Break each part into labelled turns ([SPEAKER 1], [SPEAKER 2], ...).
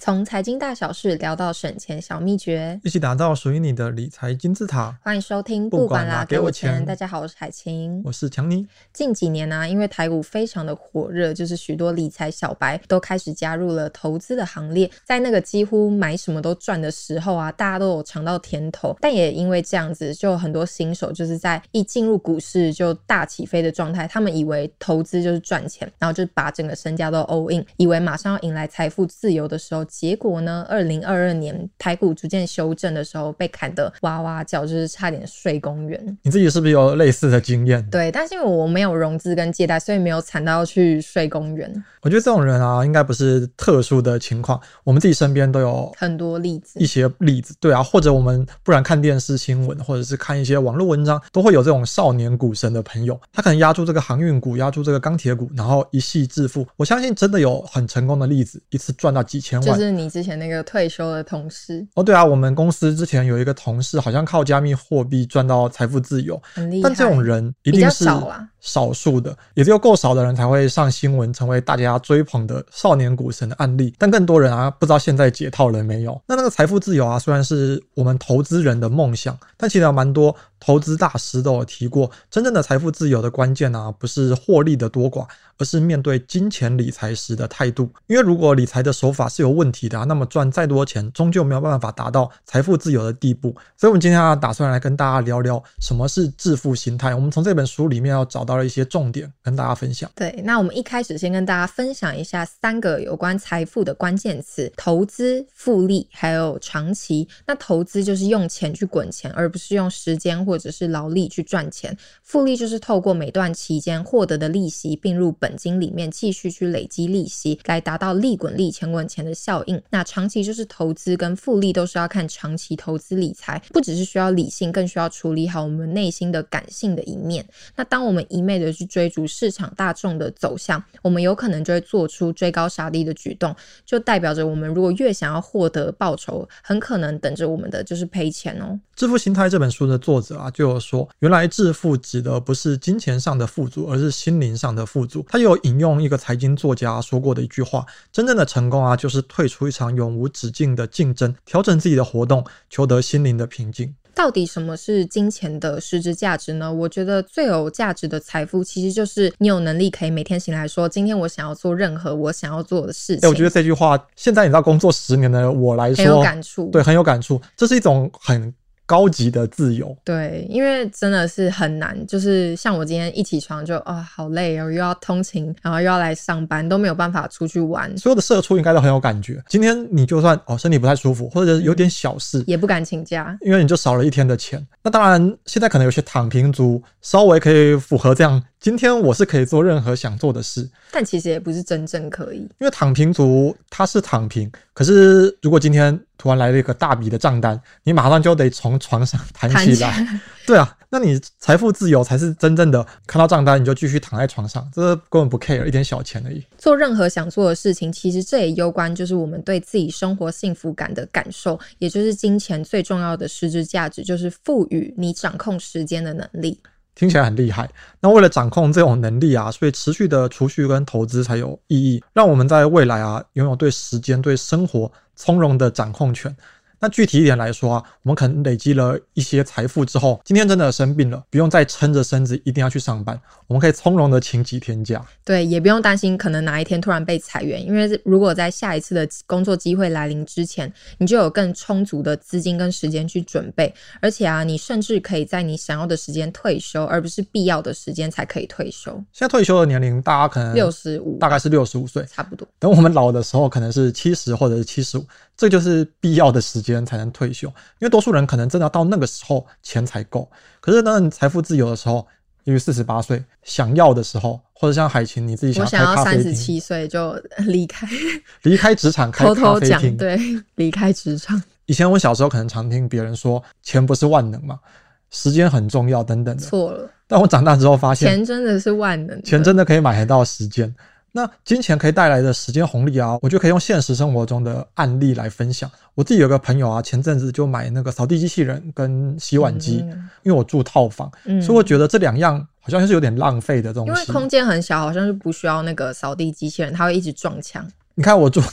[SPEAKER 1] 从财经大小事聊到省钱小秘诀，
[SPEAKER 2] 一起打造属于你的理财金字塔。
[SPEAKER 1] 欢迎收听
[SPEAKER 2] 不管啦
[SPEAKER 1] 给我
[SPEAKER 2] 给我钱
[SPEAKER 1] 大家好，我是海晴，
[SPEAKER 2] 我是强尼。
[SPEAKER 1] 近几年因为台股非常的火热，就是许多理财小白都开始加入了投资的行列。在那个几乎买什么都赚的时候大家都有尝到甜头，但也因为这样子，就有很多新手就是在一进入股市就大起飞的状态，他们以为投资就是赚钱，然后就把整个身家都 all in， 以为马上要迎来财富自由的时候，结果呢2022年台股逐渐修正的时候被砍得哇哇叫，就是差点睡公园。
[SPEAKER 2] 你自己是不是有类似的经验？
[SPEAKER 1] 对，但是因为我没有融资跟借贷，所以没有惨到要去睡公园。
[SPEAKER 2] 我觉得这种人应该不是特殊的情况，我们自己身边都有
[SPEAKER 1] 很多例子，
[SPEAKER 2] 一些例子。对啊，或者我们不然看电视新闻，或者是看一些网络文章，都会有这种少年股神的朋友，他可能押注这个航运股，押注这个钢铁股，然后一夕致富。我相信真的有很成功的例子，一次赚到几千万。
[SPEAKER 1] 就是你之前那个退休的同事。
[SPEAKER 2] 对啊，我们公司之前有一个同事好像靠加密货币赚到财富自由，
[SPEAKER 1] 很厉害。
[SPEAKER 2] 但这种人一定是少数的，也只有够少的人才会上新闻，成为大家追捧的少年股神的案例。但更多人不知道现在解套了没有。那个财富自由虽然是我们投资人的梦想，但其实有蛮多投资大师都有提过，真正的财富自由的关键不是获利的多寡，而是面对金钱理财时的态度。因为如果理财的手法是有问题的那么赚再多钱终究没有办法达到财富自由的地步。所以我们今天打算来跟大家聊聊什么是致富心态。我们从这本书里面要找到了一些重点跟大家分享。
[SPEAKER 1] 对，那我们一开始先跟大家分享一下3个有关财富的关键词：投资、复利还有长期。那投资就是用钱去滚钱，而不是用时间或者是劳力去赚钱。复利就是透过每段期间获得的利息并入本金里面，继续去累积利息，来达到利滚利钱滚钱的效应。那长期就是投资跟复利都是要看长期投资理财，不只是需要理性，更需要处理好我们内心的感性的一面。那当我们一昧的去追逐市场大众的走向，我们有可能就会做出追高杀低的举动，就代表着我们如果越想要获得报酬，很可能等着我们的就是赔钱哦。
[SPEAKER 2] 致富心态这本书的作者就有说，原来致富指的不是金钱上的富足，而是心灵上的富足。他有引用一个财经作家说过的一句话，真正的成功就是退出一场永无止境的竞争，调整自己的活动，求得心灵的平静。
[SPEAKER 1] 到底什么是金钱的实质价值呢？我觉得最有价值的财富其实就是你有能力可以每天醒来说，今天我想要做任何我想要做的事情。
[SPEAKER 2] 我觉得这句话现在你知道工作10年的我来说
[SPEAKER 1] 很有感触。
[SPEAKER 2] 对，很有感触。这是一种很高级的自由。
[SPEAKER 1] 对，因为真的是很难，就是像我今天一起床就好累又要通勤，然后又要来上班，都没有办法出去玩。
[SPEAKER 2] 所有的社畜应该都很有感觉，今天你就算身体不太舒服，或者有点小事
[SPEAKER 1] 也不敢请假，因
[SPEAKER 2] 为你就少了一天的钱。那当然现在可能有些躺平族稍微可以符合这样，今天我是可以做任何想做的事，
[SPEAKER 1] 但其实也不是真正可以。
[SPEAKER 2] 因为躺平族他是躺平，可是如果今天突然来了一个大笔的账单，你马上就得从床上弹起来。对啊，那你财富自由才是真正的看到账单你就继续躺在床上，这根本不 care， 一点小钱而已。
[SPEAKER 1] 做任何想做的事情，其实这也攸关就是我们对自己生活幸福感的感受，也就是金钱最重要的实质价值，就是赋予你掌控时间的能力。
[SPEAKER 2] 听起来很厉害。那为了掌控这种能力所以持续的储蓄跟投资才有意义，让我们在未来拥有对时间对生活从容的掌控权。那具体一点来说我们可能累积了一些财富之后，今天真的生病了，不用再撑着身子一定要去上班，我们可以从容的请几天假。
[SPEAKER 1] 对，也不用担心可能哪一天突然被裁员，因为如果在下一次的工作机会来临之前，你就有更充足的资金跟时间去准备。而且你甚至可以在你想要的时间退休，而不是必要的时间才可以退休。
[SPEAKER 2] 现在退休的年龄大家可能
[SPEAKER 1] 65，
[SPEAKER 2] 大概是65岁，
[SPEAKER 1] 差不多。
[SPEAKER 2] 等我们老的时候可能是70或者是75，这就是必要的时间才能退休。因为多数人可能真的要到那个时候钱才够，可是当你财富自由的时候，也许48岁想要的时候，或者像海晴你自己想要开咖啡厅，
[SPEAKER 1] 我想要37岁就离
[SPEAKER 2] 开职场开咖啡厅。
[SPEAKER 1] 偷偷讲，对，离开职场。
[SPEAKER 2] 以前我小时候可能常听别人说钱不是万能嘛，时间很重要等等的。
[SPEAKER 1] 错了。
[SPEAKER 2] 但我长大之后发现
[SPEAKER 1] 钱真的是万能的，
[SPEAKER 2] 钱真的可以买得到时间。那金钱可以带来的时间红利我觉得可以用现实生活中的案例来分享。我自己有个朋友前阵子就买那个扫地机器人跟洗碗机，因为我住套房，所以我觉得这2样好像是有点浪费的东西。
[SPEAKER 1] 因为空间很小，好像是不需要那个扫地机器人，它会一直撞墙。
[SPEAKER 2] 你看我住，对，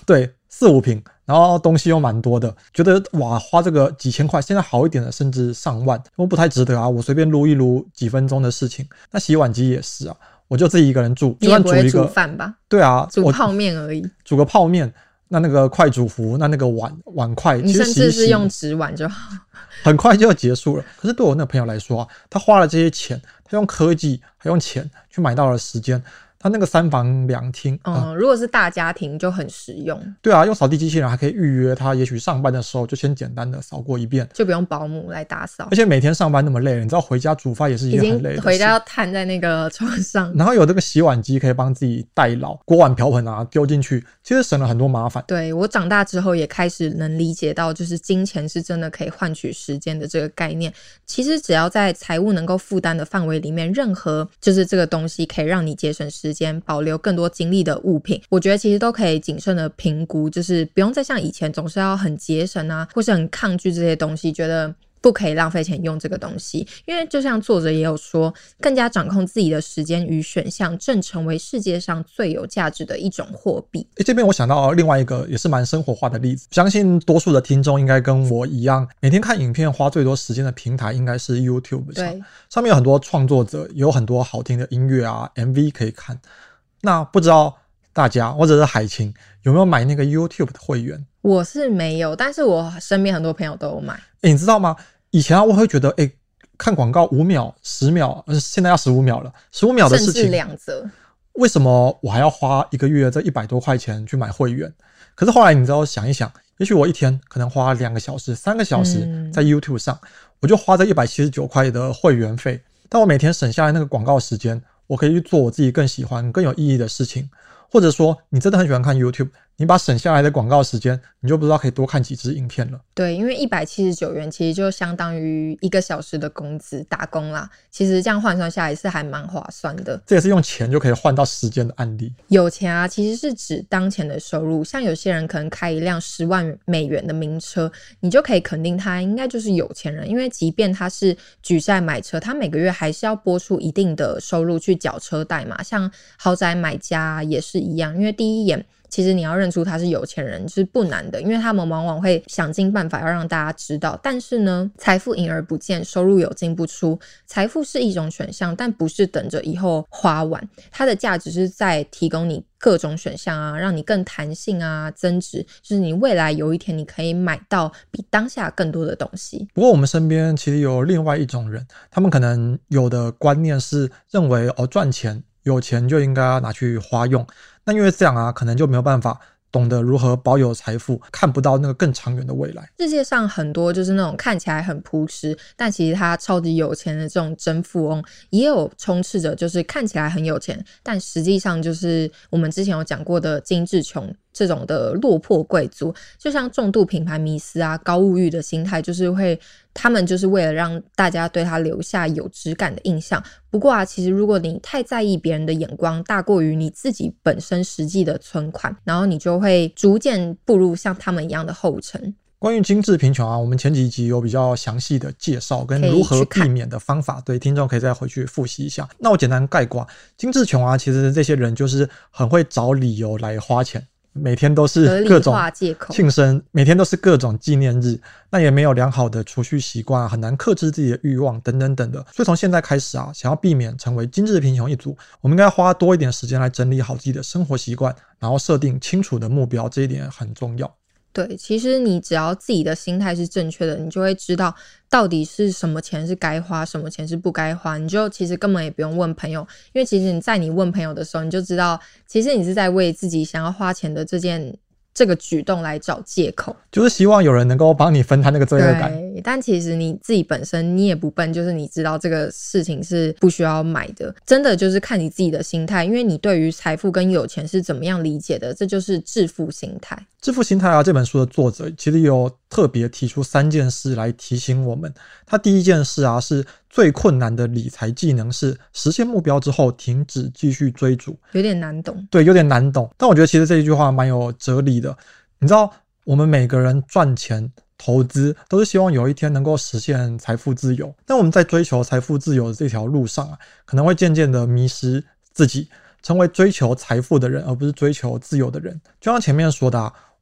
[SPEAKER 2] 4-5坪，然后东西又蛮多的，觉得哇花这个几千块，现在好一点的甚至上万，我不太值得啊，我随便撸一撸几分钟的事情。那洗碗机也是啊，我就自己一个人住，
[SPEAKER 1] 你也不会煮饭吧？
[SPEAKER 2] 对啊，
[SPEAKER 1] 煮泡面而已，
[SPEAKER 2] 煮个泡面，那个快煮服，那个碗筷，
[SPEAKER 1] 你甚至是用纸碗就好，
[SPEAKER 2] 很快就要结束了。可是对我那个朋友来说啊，他花了这些钱，他用科技还用钱去买到了时间。他那个3房2厅，
[SPEAKER 1] 如果是大家庭就很实用。
[SPEAKER 2] 对啊，用扫地机器人还可以预约，他也许上班的时候就先简单的扫过一遍，
[SPEAKER 1] 就不用保姆来打扫。
[SPEAKER 2] 而且每天上班那么累了，你知道回家煮饭也是一件很累的事，
[SPEAKER 1] 回家要瘫在那个床上。
[SPEAKER 2] 然后有这个洗碗机可以帮自己代劳，锅碗瓢盆啊丢进去，其实省了很多麻烦。
[SPEAKER 1] 对，我长大之后也开始能理解到，就是金钱是真的可以换取时间的这个概念。其实只要在财务能够负担的范围里面，任何就是这个东西可以让你节省时间，保留更多精力的物品，我觉得其实都可以谨慎的评估，就是不用再像以前总是要很节省啊，或是很抗拒这些东西，觉得不可以浪费钱用这个东西。因为就像作者也有说，更加掌控自己的时间与选项，正成为世界上最有价值的一种货币。
[SPEAKER 2] 这边我想到另外一个也是蛮生活化的例子，相信多数的听众应该跟我一样，每天看影片花最多时间的平台应该是 YouTube 上面有很多创作者，也有很多好听的音乐啊 MV 可以看。那不知道大家或者是海晴有没有买那个 YouTube 的会员？我
[SPEAKER 1] 是没有，但是我身边很多朋友都有买。
[SPEAKER 2] 你知道吗？以前我会觉得看广告5秒10秒，现在要15秒了，15秒的事情，
[SPEAKER 1] 甚至2折，
[SPEAKER 2] 为什么我还要花1个月这100多块钱去买会员？可是后来你知道想一想，也许我一天可能花2个小时3个小时在 YouTube 上，我就花这179块的会员费，但我每天省下来那个广告时间，我可以去做我自己更喜欢更有意义的事情。或者说你真的很喜欢看 YouTube， 你把省下来的广告时间，你就不知道可以多看几支影片了。
[SPEAKER 1] 对，因为179元其实就相当于1个小时的工资，打工啦，其实这样换算下来是还蛮划算的。
[SPEAKER 2] 这也是用钱就可以换到时间的案例。
[SPEAKER 1] 有钱啊，其实是指当前的收入，像有些人可能开一辆10万美元的名车，你就可以肯定他应该就是有钱人，因为即便他是举债买车，他每个月还是要拨出一定的收入去缴车贷嘛。像豪宅买家也是一样，因为第一眼其实你要认出他是有钱人是不难的，因为他们往往会想尽办法要让大家知道。但是呢，财富隐而不见，收入有进不出。财富是一种选项，但不是等着以后花完，它的价值是在提供你各种选项啊，让你更弹性啊，增值，就是你未来有一天你可以买到比当下更多的东西。
[SPEAKER 2] 不过我们身边其实有另外一种人，他们可能有的观念是认为赚钱有钱就应该拿去花用，那因为这样啊，可能就没有办法懂得如何保有财富，看不到那个更长远的未来。
[SPEAKER 1] 世界上很多就是那种看起来很朴实，但其实他超级有钱的这种真富翁，也有充斥着就是看起来很有钱，但实际上就是我们之前有讲过的精致穷这种的落魄贵族。就像重度品牌迷思啊，高物欲的心态，就是他们就是为了让大家对他留下有质感的印象。不过啊，其实如果你太在意别人的眼光大过于你自己本身实际的存款，然后你就会逐渐步入像他们一样的后尘。
[SPEAKER 2] 关于精致贫穷啊，我们前几集有比较详细的介绍跟如何避免的方法，对听众可以再回去复习一下。那我简单概括，精致穷啊，其实这些人就是很会找理由来花钱，每天都是各种庆生，每天都是各种纪念日，那也没有良好的储蓄习惯，很难克制自己的欲望等等等的。所以从现在开始啊，想要避免成为精致贫穷一族，我们应该花多一点时间来整理好自己的生活习惯，然后设定清楚的目标，这一点很重要。
[SPEAKER 1] 对，其实你只要自己的心态是正确的，你就会知道到底是什么钱是该花，什么钱是不该花。你就其实根本也不用问朋友，因为其实你在你问朋友的时候，你就知道其实你是在为自己想要花钱的这个举动来找借口，
[SPEAKER 2] 就是希望有人能够帮你分摊那个罪恶感。
[SPEAKER 1] 对，但其实你自己本身你也不笨，就是你知道这个事情是不需要买的，真的就是看你自己的心态，因为你对于财富跟有钱是怎么样理解的，这就是致富心态。
[SPEAKER 2] 致富心态啊，这本书的作者其实有特别提出3件事来提醒我们。他第一件事啊，是最困难的理财技能是实现目标之后停止继续追逐。
[SPEAKER 1] 有点难懂。
[SPEAKER 2] 对，有点难懂，但我觉得其实这一句话蛮有哲理的。你知道我们每个人赚钱投资都是希望有一天能够实现财富自由，但我们在追求财富自由的这条路上啊，可能会渐渐的迷失自己，成为追求财富的人而不是追求自由的人。就像前面说的啊，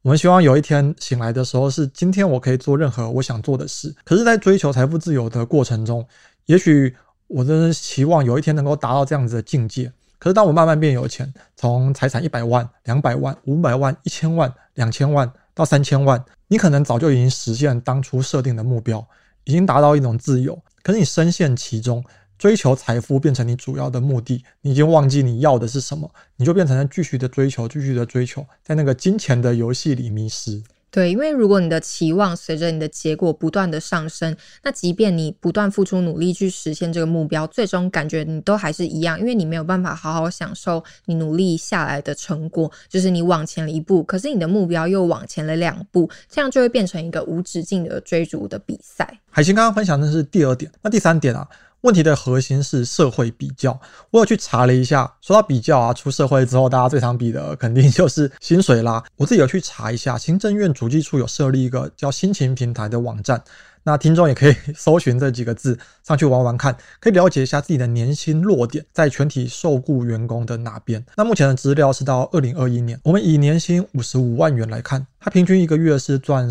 [SPEAKER 2] 我们希望有一天醒来的时候是今天我可以做任何我想做的事。可是在追求财富自由的过程中，也许我真的期望有一天能够达到这样子的境界。可是当我慢慢变有钱，从财产100万、200万、500万、1000万、2000万到3000万，你可能早就已经实现当初设定的目标，已经达到一种自由。可是你深陷其中，追求财富变成你主要的目的，你已经忘记你要的是什么，你就变成了继续的追求，在那个金钱的游戏里迷失。
[SPEAKER 1] 对，因为如果你的期望随着你的结果不断的上升，那即便你不断付出努力去实现这个目标，最终感觉你都还是一样，因为你没有办法好好享受你努力下来的成果，就是你往前了一步，可是你的目标又往前了2步，这样就会变成一个无止境的追逐的比赛。
[SPEAKER 2] 海星刚刚分享的是第2点，那第3点啊，问题的核心是社会比较。我有去查了一下，说到比较啊，出社会之后大家最常比的肯定就是薪水啦。我自己有去查一下，行政院主计处有设立一个叫薪情平台的网站，那听众也可以搜寻这几个字上去玩玩看，可以了解一下自己的年薪落点在全体受雇员工的哪边。那目前的资料是到2021年，我们以年薪55万元来看，他平均一个月是赚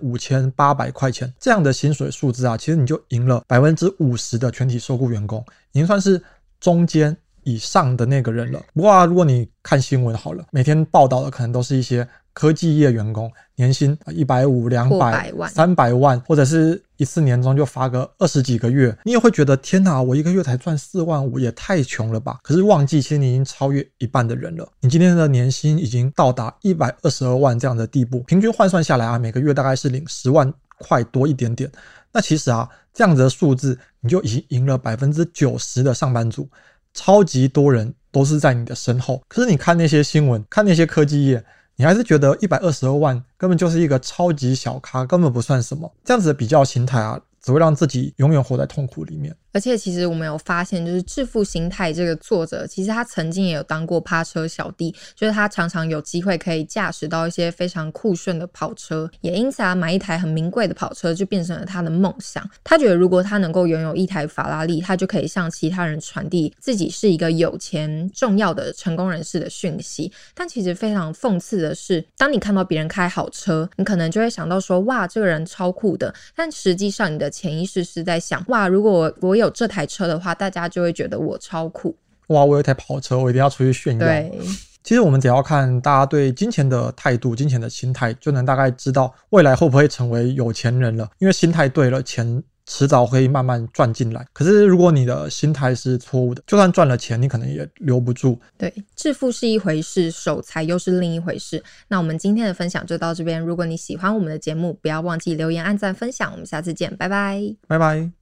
[SPEAKER 2] 45800块钱，这样的薪水数字啊，其实你就赢了 50% 的全体受雇员工，已经算是中间以上的那个人了。不过啊，如果你看新闻好了，每天报道的可能都是一些科技业员工，年薪150、200、300万，或者是一次年终就发个20几个月，你也会觉得天哪，我一个月才赚4万5，也太穷了吧。可是忘记其实你已经超越一半的人了，你今天的年薪已经到达122万这样的地步，平均换算下来啊，每个月大概是领10万块多一点点。那其实啊，这样子的数字你就已经赢了 90% 的上班族，超级多人都是在你的身后。可是你看那些新闻，看那些科技业，你还是觉得122万根本就是一个超级小咖，根本不算什么。这样子的比较心态啊，只会让自己永远活在痛苦里面。
[SPEAKER 1] 而且其实我们有发现，就是致富心态这个作者，其实他曾经也有当过趴车小弟，就是他常常有机会可以驾驶到一些非常酷炫的跑车，也因此买一台很名贵的跑车就变成了他的梦想。他觉得如果他能够拥有一台法拉利，他就可以向其他人传递自己是一个有钱重要的成功人士的讯息。但其实非常讽刺的是，当你看到别人开好车，你可能就会想到说，哇，这个人超酷的，但实际上你的潜意识是在想，哇，如果我有这台车的话，大家就会觉得我超酷。
[SPEAKER 2] 哇，我有一台跑车，我一定要出去炫耀。
[SPEAKER 1] 对，
[SPEAKER 2] 其实我们只要看大家对金钱的态度、金钱的心态，就能大概知道未来会不会成为有钱人了。因为心态对了，钱迟早会慢慢赚进来。可是如果你的心态是错误的，就算赚了钱，你可能也留不住。
[SPEAKER 1] 对，致富是一回事，守财又是另一回事。那我们今天的分享就到这边。如果你喜欢我们的节目，不要忘记留言、按赞、分享。我们下次见，拜拜，
[SPEAKER 2] 拜拜。